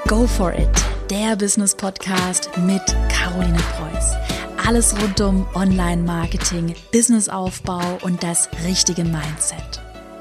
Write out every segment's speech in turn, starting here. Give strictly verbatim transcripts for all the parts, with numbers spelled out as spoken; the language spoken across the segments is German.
Go for it, der Business-Podcast mit Caroline Preuß. Alles rund um Online-Marketing, Businessaufbau und das richtige Mindset.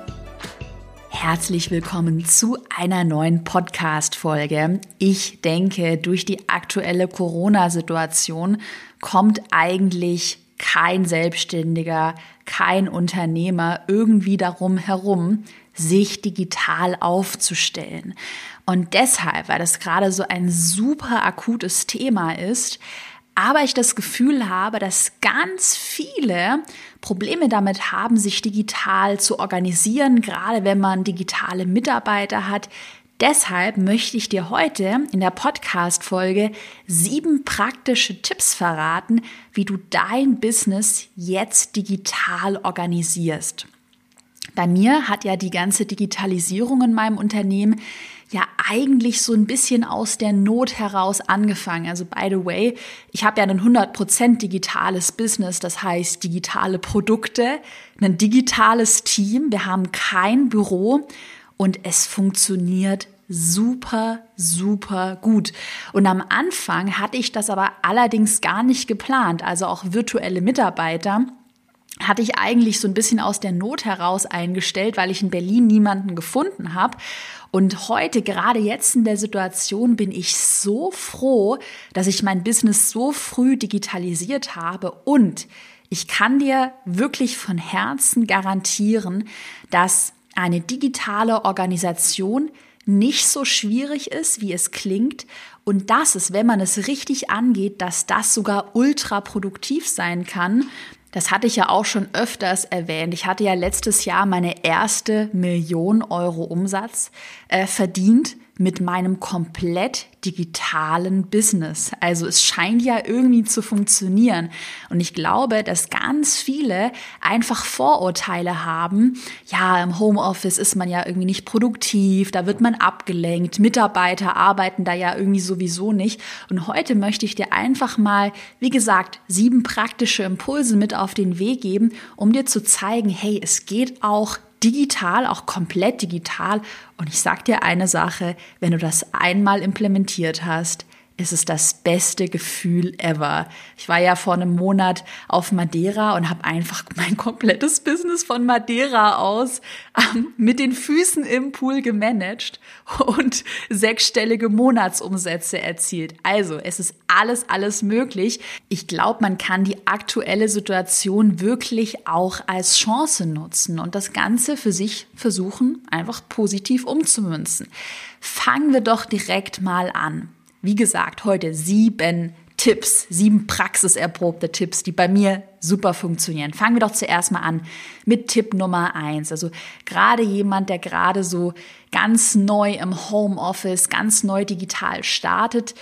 Herzlich willkommen zu einer neuen Podcast-Folge. Ich denke, durch die aktuelle Corona-Situation kommt eigentlich kein Selbstständiger, kein Unternehmer irgendwie darum herum, sich digital aufzustellen. Und deshalb, weil das gerade so ein super akutes Thema ist, aber ich das Gefühl habe, dass ganz viele Probleme damit haben, sich digital zu organisieren, gerade wenn man digitale Mitarbeiter hat. Deshalb möchte ich dir heute in der Podcast-Folge sieben praktische Tipps verraten, wie du dein Business jetzt digital organisierst. Bei mir hat ja die ganze Digitalisierung in meinem Unternehmen ja eigentlich so ein bisschen aus der Not heraus angefangen. Also by the way, ich habe ja ein hundert Prozent digitales Business, das heißt digitale Produkte, ein digitales Team. Wir haben kein Büro und es funktioniert super, super gut. Und am Anfang hatte ich das aber allerdings gar nicht geplant, also auch virtuelle Mitarbeiter hatte ich eigentlich so ein bisschen aus der Not heraus eingestellt, weil ich in Berlin niemanden gefunden habe. Und heute, gerade jetzt in der Situation, bin ich so froh, dass ich mein Business so früh digitalisiert habe. Und ich kann dir wirklich von Herzen garantieren, dass eine digitale Organisation nicht so schwierig ist, wie es klingt. Und dass es, wenn man es richtig angeht, dass das sogar ultra produktiv sein kann. Das hatte ich ja auch schon öfters erwähnt. Ich hatte ja letztes Jahr meine erste Million Euro Umsatz äh, verdient mit meinem komplett digitalen Business. Also es scheint ja irgendwie zu funktionieren. Und ich glaube, dass ganz viele einfach Vorurteile haben. Ja, im Homeoffice ist man ja irgendwie nicht produktiv, da wird man abgelenkt. Mitarbeiter arbeiten da ja irgendwie sowieso nicht. Und heute möchte ich dir einfach mal, wie gesagt, sieben praktische Impulse mit auf den Weg geben, um dir zu zeigen, hey, es geht auch digital, auch komplett digital. Und ich sag dir eine Sache, wenn du das einmal implementiert hast, ist es das beste Gefühl ever. Ich war ja vor einem Monat auf Madeira und habe einfach mein komplettes Business von Madeira aus ähm, mit den Füßen im Pool gemanagt und sechsstellige Monatsumsätze erzielt. Also es ist alles, alles möglich. Ich glaube, man kann die aktuelle Situation wirklich auch als Chance nutzen und das Ganze für sich versuchen, einfach positiv umzumünzen. Fangen wir doch direkt mal an. Wie gesagt, heute sieben Tipps, sieben praxiserprobte Tipps, die bei mir super funktionieren. Fangen wir doch zuerst mal an mit Tipp Nummer eins. Also gerade jemand, der gerade so ganz neu im Homeoffice, ganz neu digital startet,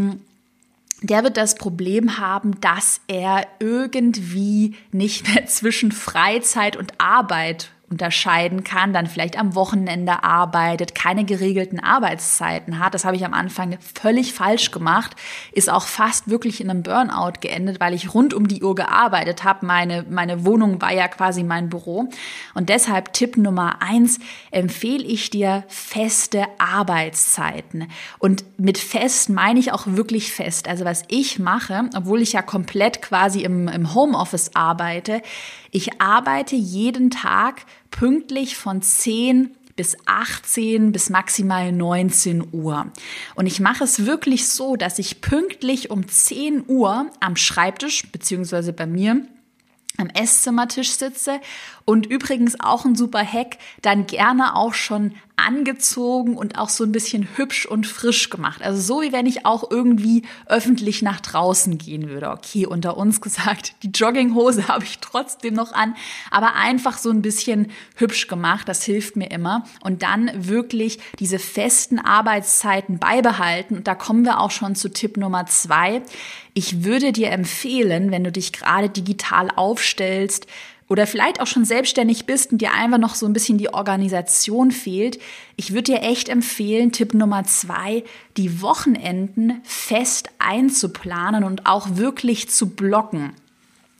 der wird das Problem haben, dass er irgendwie nicht mehr zwischen Freizeit und Arbeit unterscheiden kann, dann vielleicht am Wochenende arbeitet, keine geregelten Arbeitszeiten hat. Das habe ich am Anfang völlig falsch gemacht, ist auch fast wirklich in einem Burnout geendet, weil ich rund um die Uhr gearbeitet habe. Meine, meine Wohnung war ja quasi mein Büro. Und deshalb Tipp Nummer eins, empfehle ich dir feste Arbeitszeiten. Und mit fest meine ich auch wirklich fest. Also was ich mache, obwohl ich ja komplett quasi im, im Homeoffice arbeite, ich arbeite jeden Tag pünktlich von zehn bis achtzehn bis maximal neunzehn Uhr. Und ich mache es wirklich so, dass ich pünktlich um zehn Uhr am Schreibtisch, beziehungsweise bei mir am Esszimmertisch sitze und übrigens auch ein super Hack, dann gerne auch schon angezogen und auch so ein bisschen hübsch und frisch gemacht. Also so, wie wenn ich auch irgendwie öffentlich nach draußen gehen würde. Okay, unter uns gesagt, die Jogginghose habe ich trotzdem noch an, aber einfach so ein bisschen hübsch gemacht, das hilft mir immer. Und dann wirklich diese festen Arbeitszeiten beibehalten. Und da kommen wir auch schon zu Tipp Nummer zwei. Ich würde dir empfehlen, wenn du dich gerade digital aufstellst, oder vielleicht auch schon selbstständig bist und dir einfach noch so ein bisschen die Organisation fehlt, ich würde dir echt empfehlen, Tipp Nummer zwei, die Wochenenden fest einzuplanen und auch wirklich zu blocken.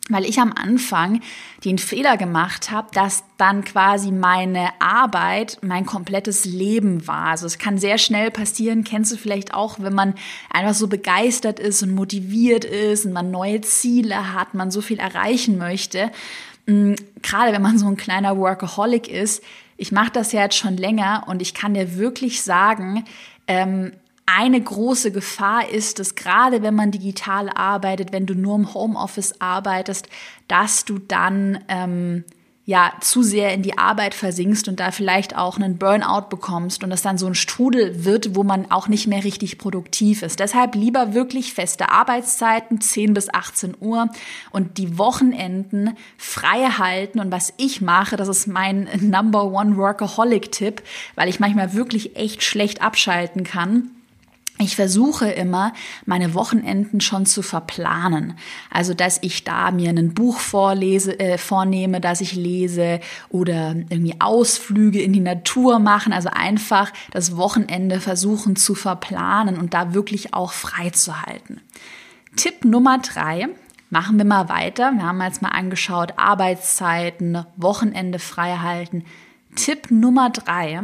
weil ich am Anfang den Fehler gemacht habe, dass dann quasi meine Arbeit mein komplettes Leben war. Also es kann sehr schnell passieren, kennst du vielleicht auch, wenn man einfach so begeistert ist und motiviert ist und man neue Ziele hat, man so viel erreichen möchte. Gerade wenn man so ein kleiner Workaholic ist, ich mache das ja jetzt schon länger und ich kann dir wirklich sagen, ähm, eine große Gefahr ist, dass gerade wenn man digital arbeitet, wenn du nur im Homeoffice arbeitest, dass du dann ähm, ja zu sehr in die Arbeit versinkst und da vielleicht auch einen Burnout bekommst und das dann so ein Strudel wird, wo man auch nicht mehr richtig produktiv ist. Deshalb lieber wirklich feste Arbeitszeiten, zehn bis achtzehn Uhr und die Wochenenden frei halten. Und was ich mache, das ist mein Number One Workaholic-Tipp, weil ich manchmal wirklich echt schlecht abschalten kann. Ich versuche immer, meine Wochenenden schon zu verplanen. Also, dass ich da mir ein Buch vorlese, äh, vornehme, dass ich lese oder irgendwie Ausflüge in die Natur machen. Also einfach das Wochenende versuchen zu verplanen und da wirklich auch frei zu halten. Tipp Nummer drei. Machen wir mal weiter. Wir haben jetzt mal angeschaut, Arbeitszeiten, Wochenende frei halten. Tipp Nummer drei.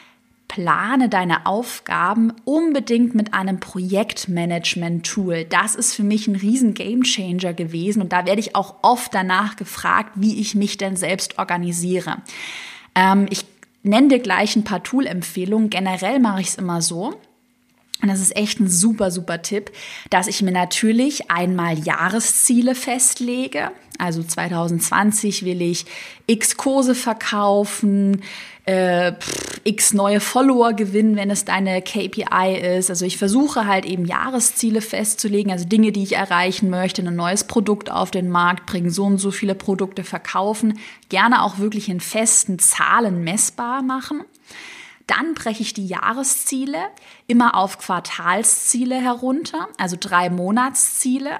Plane deine Aufgaben unbedingt mit einem Projektmanagement-Tool. Das ist für mich ein riesen Gamechanger gewesen und da werde ich auch oft danach gefragt, wie ich mich denn selbst organisiere. Ähm, ich nenne dir gleich ein paar Tool-Empfehlungen. Generell mache ich es immer so. Und das ist echt ein super, super Tipp, dass ich mir natürlich einmal Jahresziele festlege. Also zwanzig zwanzig will ich x Kurse verkaufen, äh, pff, x neue Follower gewinnen, wenn es deine K P I ist. Also ich versuche halt eben Jahresziele festzulegen, also Dinge, die ich erreichen möchte, ein neues Produkt auf den Markt bringen, so und so viele Produkte verkaufen, gerne auch wirklich in festen Zahlen messbar machen. Dann breche ich die Jahresziele immer auf Quartalsziele herunter, also drei Monatsziele.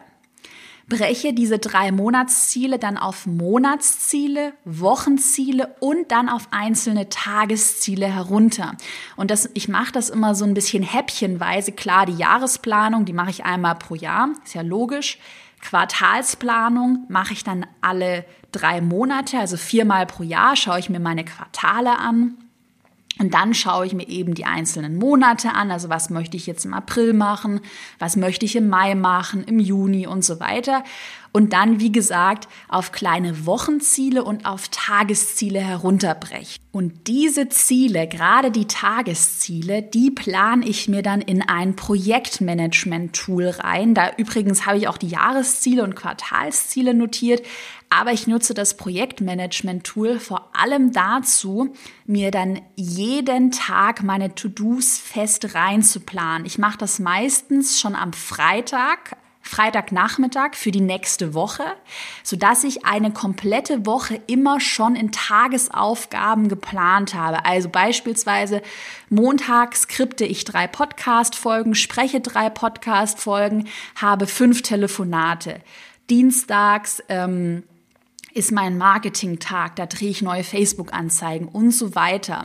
Breche diese drei Monatsziele dann auf Monatsziele, Wochenziele und dann auf einzelne Tagesziele herunter. Und das, ich mache das immer so ein bisschen häppchenweise. Klar, die Jahresplanung, die mache ich einmal pro Jahr, ist ja logisch. Quartalsplanung mache ich dann alle drei Monate, also viermal pro Jahr schaue ich mir meine Quartale an. Und dann schaue ich mir eben die einzelnen Monate an, also was möchte ich jetzt im April machen, was möchte ich im Mai machen, im Juni und so weiter. Und dann, wie gesagt, auf kleine Wochenziele und auf Tagesziele herunterbrechen. Und diese Ziele, gerade die Tagesziele, die plane ich mir dann in ein Projektmanagement-Tool rein. Da übrigens habe ich auch die Jahresziele und Quartalsziele notiert. Aber ich nutze das Projektmanagement-Tool vor allem dazu, mir dann jeden Tag meine To-Dos fest reinzuplanen. Ich mache das meistens schon am Freitag, Freitagnachmittag für die nächste Woche, sodass ich eine komplette Woche immer schon in Tagesaufgaben geplant habe. Also beispielsweise montags skripte ich drei Podcast-Folgen, spreche drei Podcast-Folgen, habe fünf Telefonate. Dienstags ähm, ist mein Marketing-Tag, da drehe ich neue Facebook-Anzeigen und so weiter.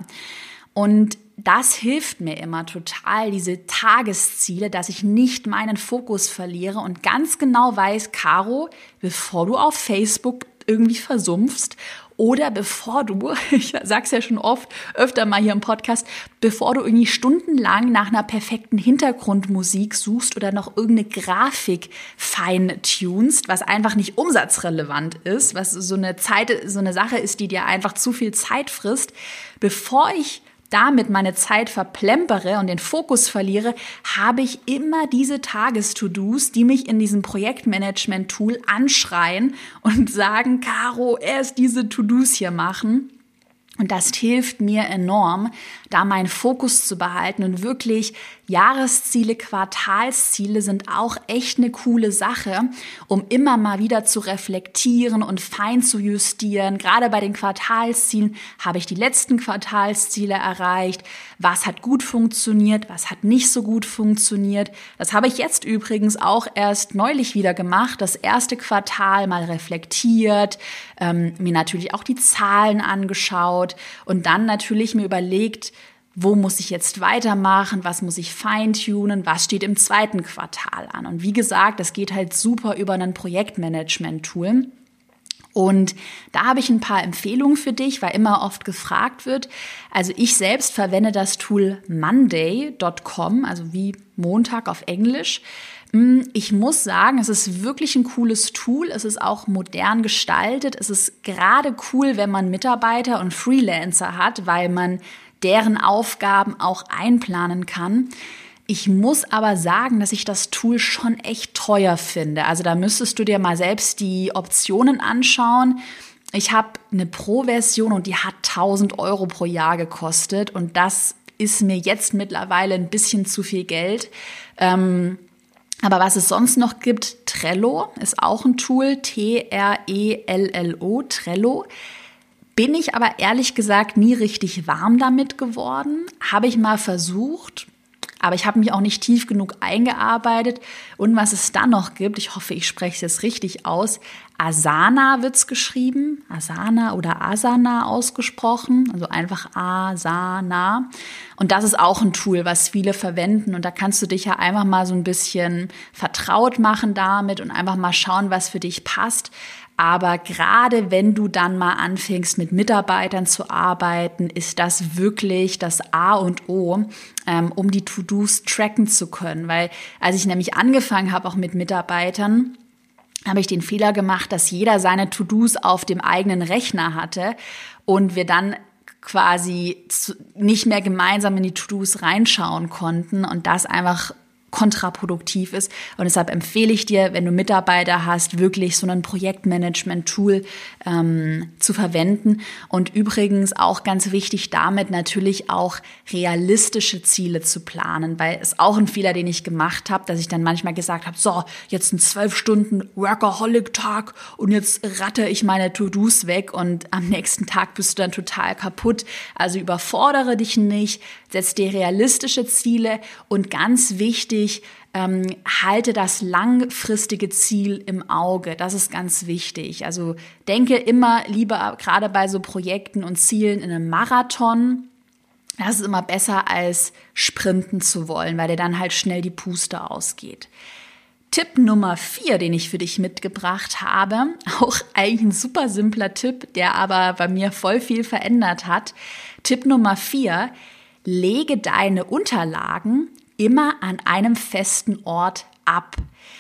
Und das hilft mir immer total, diese Tagesziele, dass ich nicht meinen Fokus verliere und ganz genau weiß, Caro, bevor du auf Facebook irgendwie versumpfst oder bevor du, ich sag's ja schon oft, öfter mal hier im Podcast, bevor du irgendwie stundenlang nach einer perfekten Hintergrundmusik suchst oder noch irgendeine Grafik feintunst, was einfach nicht umsatzrelevant ist, was so eine Zeit, so eine Sache ist, die dir einfach zu viel Zeit frisst, bevor ich damit meine Zeit verplempere und den Fokus verliere, habe ich immer diese Tages-To-Dos, die mich in diesem Projektmanagement-Tool anschreien und sagen, Caro, erst diese To-Dos hier machen. Und das hilft mir enorm, da meinen Fokus zu behalten und wirklich Jahresziele, Quartalsziele sind auch echt eine coole Sache, um immer mal wieder zu reflektieren und fein zu justieren. Gerade bei den Quartalszielen habe ich die letzten Quartalsziele erreicht. Was hat gut funktioniert? Was hat nicht so gut funktioniert? Das habe ich jetzt übrigens auch erst neulich wieder gemacht. Das erste Quartal mal reflektiert, ähm, mir natürlich auch die Zahlen angeschaut und dann natürlich mir überlegt, wo muss ich jetzt weitermachen, was muss ich feintunen, was steht im zweiten Quartal an. Und wie gesagt, das geht halt super über ein Projektmanagement-Tool. Und da habe ich ein paar Empfehlungen für dich, weil immer oft gefragt wird. Also ich selbst verwende das Tool monday Punkt com, also wie Montag auf Englisch. Ich muss sagen, es ist wirklich ein cooles Tool. Es ist auch modern gestaltet. Es ist gerade cool, wenn man Mitarbeiter und Freelancer hat, weil man deren Aufgaben auch einplanen kann. Ich muss aber sagen, dass ich das Tool schon echt teuer finde. Also da müsstest du dir mal selbst die Optionen anschauen. Ich habe eine Pro-Version und die hat tausend Euro pro Jahr gekostet. Und das ist mir jetzt mittlerweile ein bisschen zu viel Geld. Ähm, aber was es sonst noch gibt, Trello ist auch ein Tool, T R E L L O, Trello. Bin ich aber ehrlich gesagt nie richtig warm damit geworden. Habe ich mal versucht. Aber ich habe mich auch nicht tief genug eingearbeitet. Und was es dann noch gibt, ich hoffe, ich spreche es jetzt richtig aus, Asana wird es geschrieben, Asana oder Asana ausgesprochen, also einfach Asana. Und das ist auch ein Tool, was viele verwenden. Und da kannst du dich ja einfach mal so ein bisschen vertraut machen damit und einfach mal schauen, was für dich passt. Aber gerade wenn du dann mal anfängst, mit Mitarbeitern zu arbeiten, ist das wirklich das A und O, ähm, um die To-Dos tracken zu können. Weil als ich nämlich angefangen habe, auch mit Mitarbeitern, habe ich den Fehler gemacht, dass jeder seine To-Dos auf dem eigenen Rechner hatte und wir dann quasi nicht mehr gemeinsam in die To-Dos reinschauen konnten und das einfach kontraproduktiv ist. Und deshalb empfehle ich dir, wenn du Mitarbeiter hast, wirklich so ein Projektmanagement-Tool ähm, zu verwenden. Und übrigens auch ganz wichtig, damit natürlich auch realistische Ziele zu planen, weil es auch ein Fehler, den ich gemacht habe, dass ich dann manchmal gesagt habe, so, jetzt ein zwölf Stunden Workaholic-Tag und jetzt ratte ich meine To-Dos weg und am nächsten Tag bist du dann total kaputt. Also überfordere dich nicht, setz dir realistische Ziele und ganz wichtig, Ähm, halte das langfristige Ziel im Auge. Das ist ganz wichtig. Also denke immer lieber gerade bei so Projekten und Zielen in einem Marathon. Das ist immer besser als sprinten zu wollen, weil dir dann halt schnell die Puste ausgeht. Tipp Nummer vier, den ich für dich mitgebracht habe, auch eigentlich ein super simpler Tipp, der aber bei mir voll viel verändert hat. Tipp Nummer vier, lege deine Unterlagen immer an einem festen Ort ab.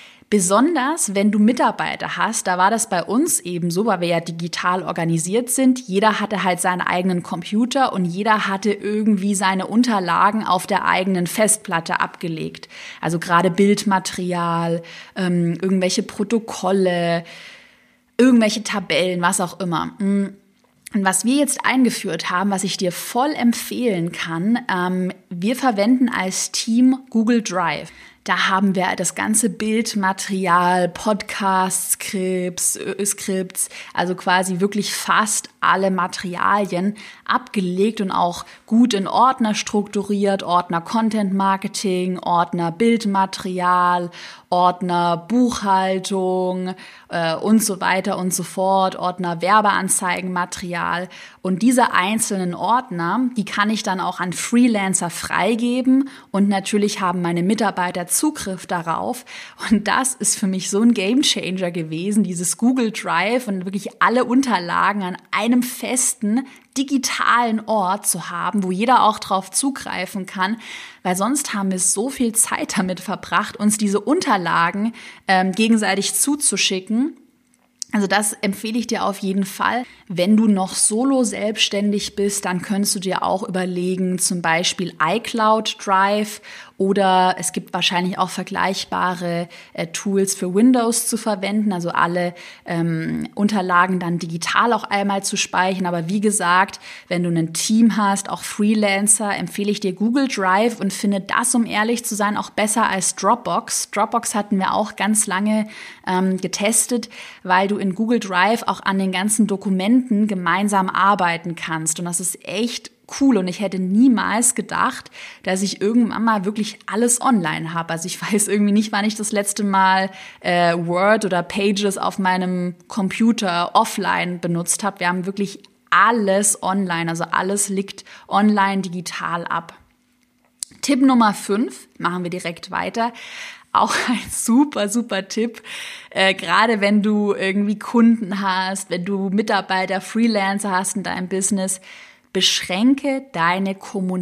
Besonders, wenn du Mitarbeiter hast, da war das bei uns eben so, weil wir ja digital organisiert sind. Jeder hatte halt seinen eigenen Computer und jeder hatte irgendwie seine Unterlagen auf der eigenen Festplatte abgelegt. Also gerade Bildmaterial, ähm, irgendwelche Protokolle, irgendwelche Tabellen, was auch immer. Und was wir jetzt eingeführt haben, was ich dir voll empfehlen kann, ähm, wir verwenden als Team Google Drive. Da haben wir das ganze Bildmaterial, Podcasts, Skripts, Skripts, also quasi wirklich fast alle Materialien abgelegt und auch gut in Ordner strukturiert, Ordner Content Marketing, Ordner Bildmaterial, Ordner Buchhaltung äh, und so weiter und so fort, Ordner Werbeanzeigenmaterial. Und diese einzelnen Ordner, die kann ich dann auch an Freelancer freigeben und natürlich haben meine Mitarbeiter Zugriff darauf. Und das ist für mich so ein Gamechanger gewesen, dieses Google Drive und wirklich alle Unterlagen an einem festen digitalen Ort zu haben, wo jeder auch drauf zugreifen kann, weil sonst haben wir so viel Zeit damit verbracht, uns diese Unterlagen ähm, gegenseitig zuzuschicken. Also das empfehle ich dir auf jeden Fall. Wenn du noch solo selbstständig bist, dann könntest du dir auch überlegen, zum Beispiel iCloud Drive oder es gibt wahrscheinlich auch vergleichbare äh, Tools für Windows zu verwenden, also alle ähm, Unterlagen dann digital auch einmal zu speichern. Aber wie gesagt, wenn du ein Team hast, auch Freelancer, empfehle ich dir Google Drive und finde das, um ehrlich zu sein, auch besser als Dropbox. Dropbox hatten wir auch ganz lange ähm, getestet, weil du in Google Drive auch an den ganzen Dokumenten gemeinsam arbeiten kannst. Und das ist echt cool und ich hätte niemals gedacht, dass ich irgendwann mal wirklich alles online habe. Also ich weiß irgendwie nicht, wann ich das letzte Mal äh, Word oder Pages auf meinem Computer offline benutzt habe. Wir haben wirklich alles online, also alles liegt online digital ab. Tipp Nummer fünf, machen wir direkt weiter. auch ein super, super Tipp. Äh, gerade wenn du irgendwie Kunden hast, wenn du Mitarbeiter, Freelancer hast in deinem Business, beschränke deine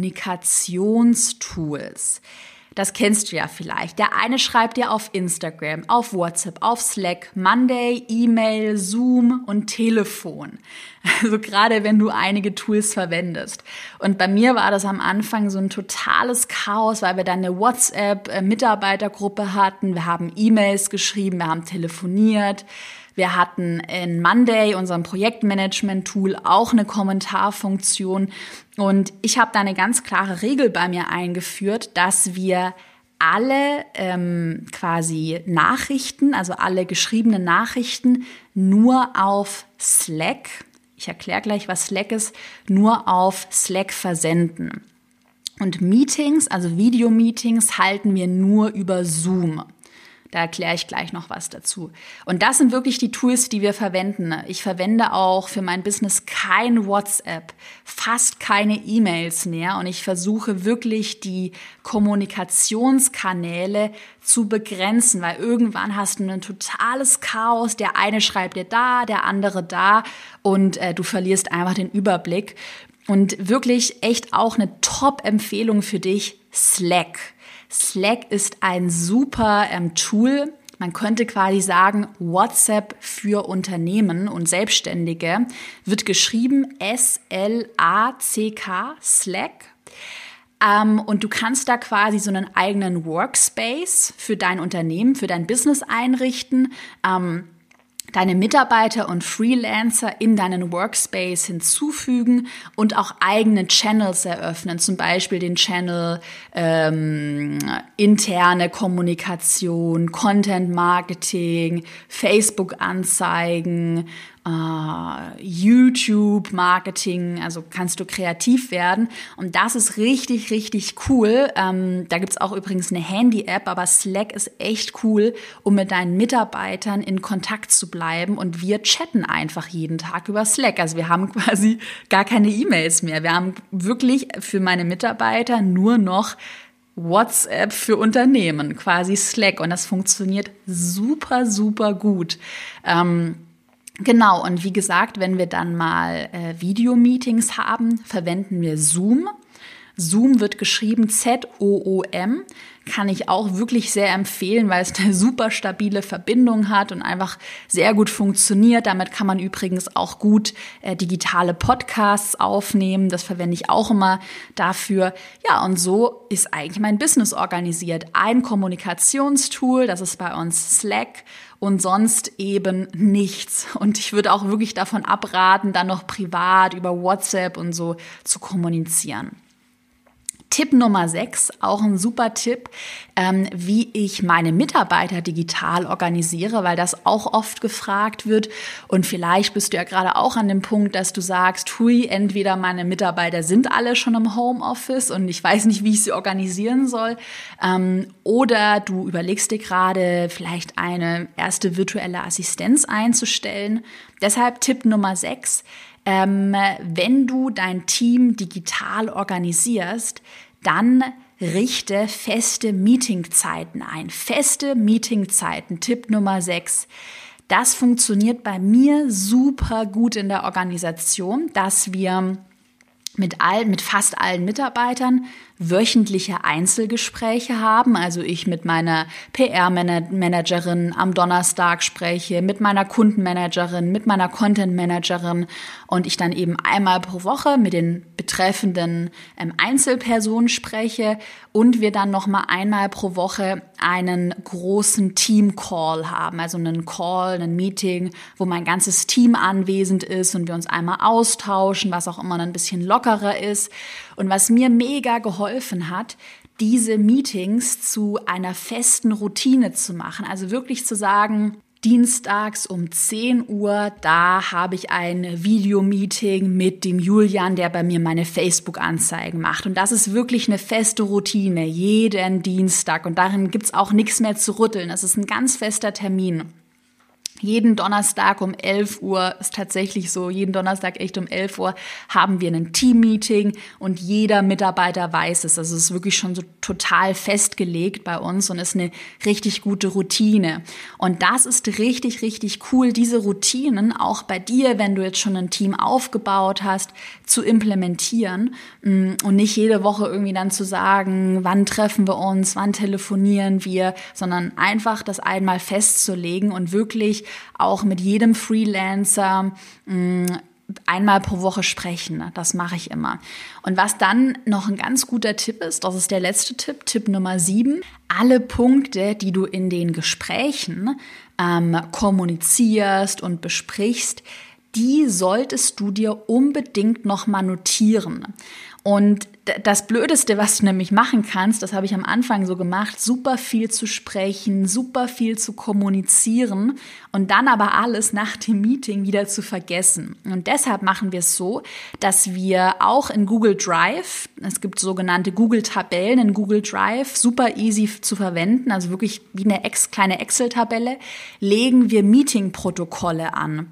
Kommunikationstools. Das kennst du ja vielleicht. Der eine schreibt dir auf Instagram, auf WhatsApp, auf Slack, Monday, E-Mail, Zoom und Telefon. Also gerade wenn du einige Tools verwendest. Und bei mir war das am Anfang so ein totales Chaos, weil wir dann eine WhatsApp-Mitarbeitergruppe hatten. Wir haben E-Mails geschrieben, wir haben telefoniert. Wir hatten in Monday, unserem Projektmanagement-Tool, auch eine Kommentarfunktion. Und ich habe da eine ganz klare Regel bei mir eingeführt, dass wir alle ähm, quasi Nachrichten, also alle geschriebenen Nachrichten, nur auf Slack, ich erkläre gleich, was Slack ist, nur auf Slack versenden. Und Meetings, also Videomeetings, halten wir nur über Zoom. Da erkläre ich gleich noch was dazu. Und das sind wirklich die Tools, die wir verwenden. Ich verwende auch für mein Business kein WhatsApp, fast keine E-Mails mehr. Und ich versuche wirklich die Kommunikationskanäle zu begrenzen, weil irgendwann hast du ein totales Chaos. Der eine schreibt dir da, der andere da und äh, du verlierst einfach den Überblick. Und wirklich echt auch eine Top-Empfehlung für dich, Slack. Slack ist ein super ähm, Tool. Man könnte quasi sagen, WhatsApp für Unternehmen und Selbstständige. Wird geschrieben S L A C K, Slack. Ähm, und du kannst da quasi so einen eigenen Workspace für dein Unternehmen, für dein Business einrichten. Ähm, deine Mitarbeiter und Freelancer in deinen Workspace hinzufügen und auch eigene Channels eröffnen, zum Beispiel den Channel ähm, interne Kommunikation, Content Marketing, Facebook-Anzeigen, Uh, YouTube-Marketing, also kannst du kreativ werden. Und das ist richtig, richtig cool. Ähm, da gibt's auch übrigens eine Handy-App, aber Slack ist echt cool, um mit deinen Mitarbeitern in Kontakt zu bleiben. Und wir chatten einfach jeden Tag über Slack. Also wir haben quasi gar keine E-Mails mehr. Wir haben wirklich für meine Mitarbeiter nur noch WhatsApp für Unternehmen, quasi Slack. Und das funktioniert super, super gut. Ähm, Genau, und wie gesagt, wenn wir dann mal äh, Videomeetings haben, verwenden wir Zoom. Zoom wird geschrieben Z O O M, kann ich auch wirklich sehr empfehlen, weil es eine super stabile Verbindung hat und einfach sehr gut funktioniert. Damit kann man übrigens auch gut äh, digitale Podcasts aufnehmen. Das verwende ich auch immer dafür. Ja, und so ist eigentlich mein Business organisiert. Ein Kommunikationstool, das ist bei uns Slack. Und sonst eben nichts. Und ich würde auch wirklich davon abraten, dann noch privat über WhatsApp und so zu kommunizieren. Tipp Nummer sechs, auch ein super Tipp, ähm, wie ich meine Mitarbeiter digital organisiere, weil das auch oft gefragt wird. Und vielleicht bist du ja gerade auch an dem Punkt, dass du sagst, hui, entweder meine Mitarbeiter sind alle schon im Homeoffice und ich weiß nicht, wie ich sie organisieren soll. Ähm, oder du überlegst dir gerade, vielleicht eine erste virtuelle Assistenz einzustellen. Deshalb Tipp Nummer sechs, Ähm, wenn du dein Team digital organisierst, dann richte feste Meetingzeiten ein. Feste Meetingzeiten, Tipp Nummer sechs. Das funktioniert bei mir super gut in der Organisation, dass wir mit all, mit fast allen Mitarbeitern wöchentliche Einzelgespräche haben, also ich mit meiner P R-Managerin am Donnerstag spreche, mit meiner Kundenmanagerin, mit meiner Content-Managerin und ich dann eben einmal pro Woche mit den betreffenden ähm, Einzelpersonen spreche und wir dann nochmal einmal pro Woche einen großen Team-Call haben, also einen Call, ein Meeting, wo mein ganzes Team anwesend ist und wir uns einmal austauschen, was auch immer ein bisschen lockerer ist. Und was mir mega geholfen hat, diese Meetings zu einer festen Routine zu machen. Also wirklich zu sagen, dienstags um zehn Uhr, da habe ich ein Videomeeting mit dem Julian, der bei mir meine Facebook-Anzeigen macht. Und das ist wirklich eine feste Routine, jeden Dienstag. Und darin gibt's auch nichts mehr zu rütteln. Das ist ein ganz fester Termin. Jeden Donnerstag um elf Uhr, ist tatsächlich so, jeden Donnerstag echt um elf Uhr haben wir ein Team-Meeting und jeder Mitarbeiter weiß es. Also es ist wirklich schon so total festgelegt bei uns und ist eine richtig gute Routine. Und das ist richtig, richtig cool, diese Routinen auch bei dir, wenn du jetzt schon ein Team aufgebaut hast, zu implementieren und nicht jede Woche irgendwie dann zu sagen, wann treffen wir uns, wann telefonieren wir, sondern einfach das einmal festzulegen und wirklich auch mit jedem Freelancer mh, einmal pro Woche sprechen. Das mache ich immer. Und was dann noch ein ganz guter Tipp ist, das ist der letzte Tipp, Tipp Nummer sieben, alle Punkte, die du in den Gesprächen ähm, kommunizierst und besprichst, die solltest du dir unbedingt nochmal notieren. Und das Blödeste, was du nämlich machen kannst, das habe ich am Anfang so gemacht, super viel zu sprechen, super viel zu kommunizieren und dann aber alles nach dem Meeting wieder zu vergessen. Und deshalb machen wir es so, dass wir auch in Google Drive, es gibt sogenannte Google-Tabellen in Google Drive, super easy zu verwenden, also wirklich wie eine ex- kleine Excel-Tabelle, legen wir Meeting-Protokolle an.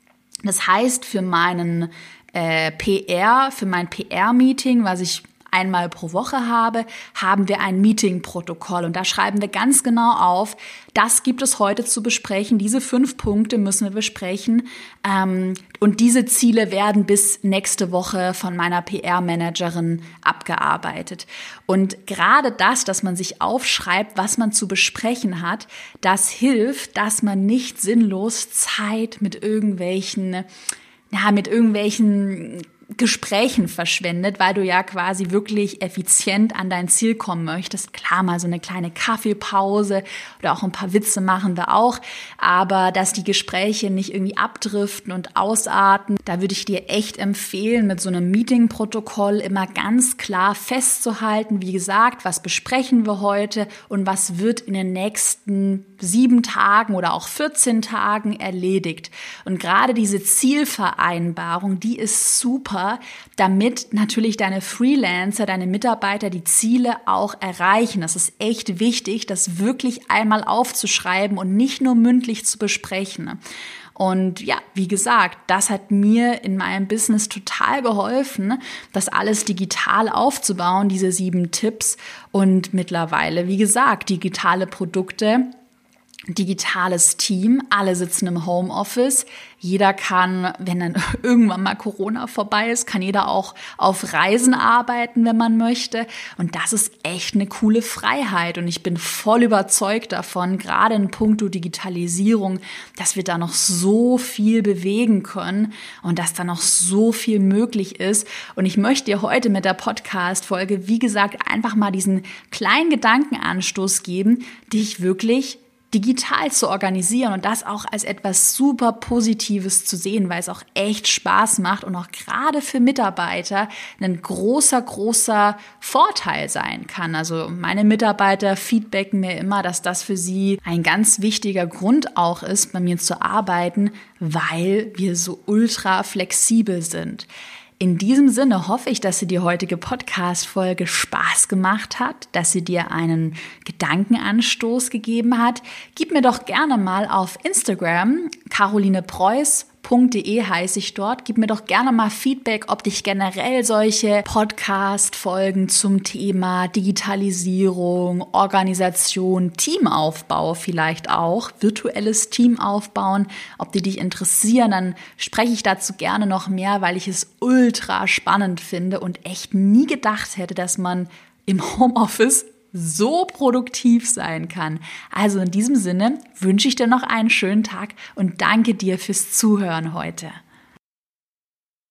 Das heißt, für meinen äh, P R, für mein P R-Meeting, was ich einmal pro Woche habe, haben wir ein Meeting-Protokoll. Und da schreiben wir ganz genau auf, das gibt es heute zu besprechen, diese fünf Punkte müssen wir besprechen. Ähm, und diese Ziele werden bis nächste Woche von meiner P R-Managerin abgearbeitet. Und gerade das, dass man sich aufschreibt, was man zu besprechen hat, das hilft, dass man nicht sinnlos Zeit mit irgendwelchen, ja, mit irgendwelchen Gesprächen verschwendet, weil du ja quasi wirklich effizient an dein Ziel kommen möchtest. Klar, mal so eine kleine Kaffeepause oder auch ein paar Witze machen wir auch, aber dass die Gespräche nicht irgendwie abdriften und ausarten, da würde ich dir echt empfehlen, mit so einem Meeting-Protokoll immer ganz klar festzuhalten, wie gesagt, was besprechen wir heute und was wird in den nächsten sieben Tagen oder auch vierzehn Tagen erledigt. Und gerade diese Zielvereinbarung, die ist super, damit natürlich deine Freelancer, deine Mitarbeiter die Ziele auch erreichen. Das ist echt wichtig, das wirklich einmal aufzuschreiben und nicht nur mündlich zu besprechen. Und ja, wie gesagt, das hat mir in meinem Business total geholfen, das alles digital aufzubauen, diese sieben Tipps. Und mittlerweile, wie gesagt, digitale Produkte, digitales Team, alle sitzen im Homeoffice. Jeder kann, wenn dann irgendwann mal Corona vorbei ist, kann jeder auch auf Reisen arbeiten, wenn man möchte. Und das ist echt eine coole Freiheit. Und ich bin voll überzeugt davon, gerade in puncto Digitalisierung, dass wir da noch so viel bewegen können und dass da noch so viel möglich ist. Und ich möchte dir heute mit der Podcast-Folge, wie gesagt, einfach mal diesen kleinen Gedankenanstoß geben, dich wirklich digital zu organisieren und das auch als etwas super Positives zu sehen, weil es auch echt Spaß macht und auch gerade für Mitarbeiter ein großer, großer Vorteil sein kann. Also meine Mitarbeiter feedbacken mir immer, dass das für sie ein ganz wichtiger Grund auch ist, bei mir zu arbeiten, weil wir so ultra flexibel sind. In diesem Sinne hoffe ich, dass dir die heutige Podcast-Folge Spaß gemacht hat, dass sie dir einen Gedankenanstoß gegeben hat. Gib mir doch gerne mal auf Instagram, caroline preuß punkt de heiße ich dort. Gib mir doch gerne mal Feedback, ob dich generell solche Podcast-Folgen zum Thema Digitalisierung, Organisation, Teamaufbau vielleicht auch, virtuelles Team aufbauen, ob die dich interessieren, dann spreche ich dazu gerne noch mehr, weil ich es ultra spannend finde und echt nie gedacht hätte, dass man im Homeoffice so produktiv sein kann. Also in diesem Sinne wünsche ich dir noch einen schönen Tag und danke dir fürs Zuhören heute.